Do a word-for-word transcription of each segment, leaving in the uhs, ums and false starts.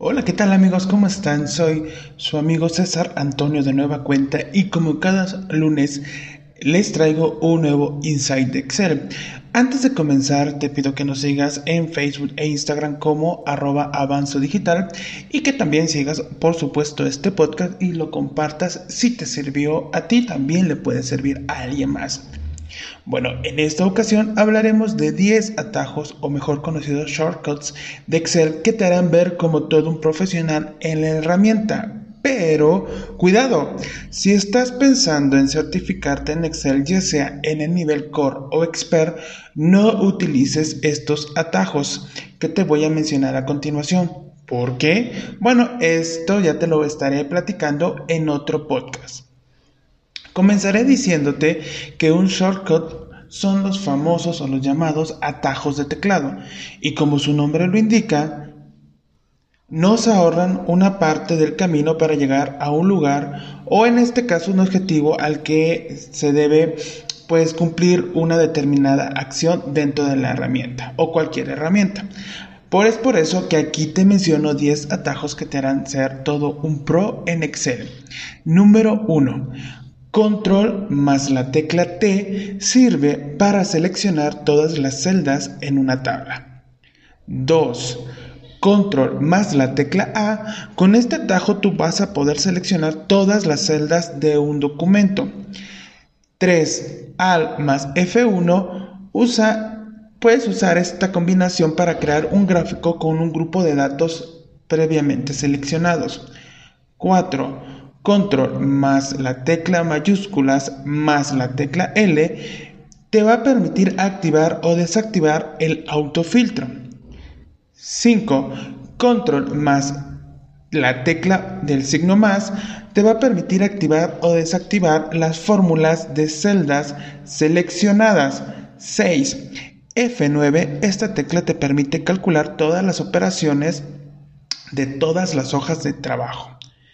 Hola, ¿qué tal amigos? ¿Cómo están? Soy su amigo César Antonio de nueva cuenta y como cada lunes les traigo un nuevo Insight de Excel. Antes de comenzar te pido que nos sigas en Facebook e Instagram como arroba avanzo digital y que también sigas por supuesto este podcast y lo compartas. Si te sirvió a ti también le puede servir a alguien más. Bueno, en esta ocasión hablaremos de diez atajos o mejor conocidos shortcuts de Excel que te harán ver como todo un profesional en la herramienta. Pero, cuidado, si estás pensando en certificarte en Excel, ya sea en el nivel Core o Expert, no utilices estos atajos que te voy a mencionar a continuación. ¿Por qué? Bueno, esto ya te lo estaré platicando en otro podcast. Comenzaré diciéndote que un shortcut son los famosos o los llamados atajos de teclado y como su nombre lo indica, nos ahorran una parte del camino para llegar a un lugar o en este caso un objetivo al que se debe pues cumplir una determinada acción dentro de la herramienta o cualquier herramienta. Por es por eso que aquí te menciono diez atajos que te harán ser todo un pro en Excel. Número uno. Control más la tecla T sirve para seleccionar todas las celdas en una tabla. dos. Control más la tecla A. Con este atajo tú vas a poder seleccionar todas las celdas de un documento. tres. Alt más F uno. Usa, puedes usar esta combinación para crear un gráfico con un grupo de datos previamente seleccionados. cuatro. Control más la tecla mayúsculas más la tecla L te va a permitir activar o desactivar el autofiltro. cinco. Control más la tecla del signo más te va a permitir activar o desactivar las fórmulas de celdas seleccionadas. seis. F nueve. Esta tecla te permite calcular todas las operaciones de todas las hojas de trabajo.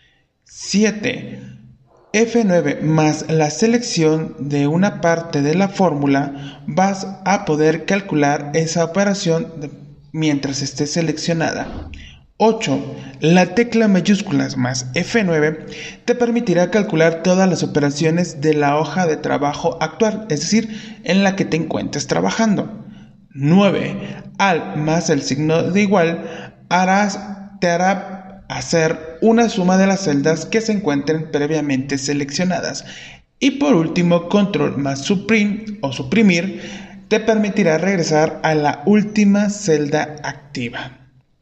siete. F nueve más la selección de una parte de la fórmula vas a poder calcular esa operación de, mientras esté seleccionada. ocho. La tecla mayúsculas más F nueve te permitirá calcular todas las operaciones de la hoja de trabajo actual, es decir, en la que te encuentres trabajando. nueve. Alt más el signo de igual harás, te hará hacer una suma de las celdas que se encuentren previamente seleccionadas. Y por último, control más suprim o suprimir te permitirá regresar a la última celda activa.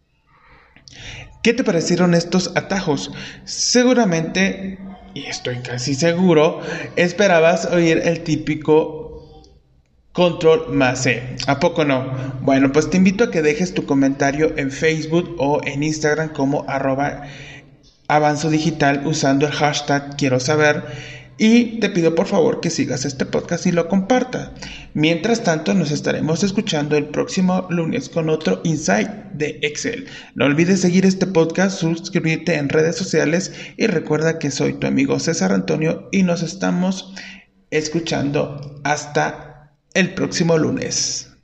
¿Qué te parecieron estos atajos? Seguramente, y estoy casi seguro, esperabas oír el típico Control más C. ¿A poco no? Bueno, pues te invito a que dejes tu comentario en Facebook o en Instagram como arroba avanzo digital usando el hashtag quiero saber y te pido por favor que sigas este podcast y lo compartas. Mientras tanto nos estaremos escuchando el próximo lunes con otro Insight de Excel. No olvides seguir este podcast, suscribirte en redes sociales y recuerda que soy tu amigo César Antonio y nos estamos escuchando hasta el próximo lunes.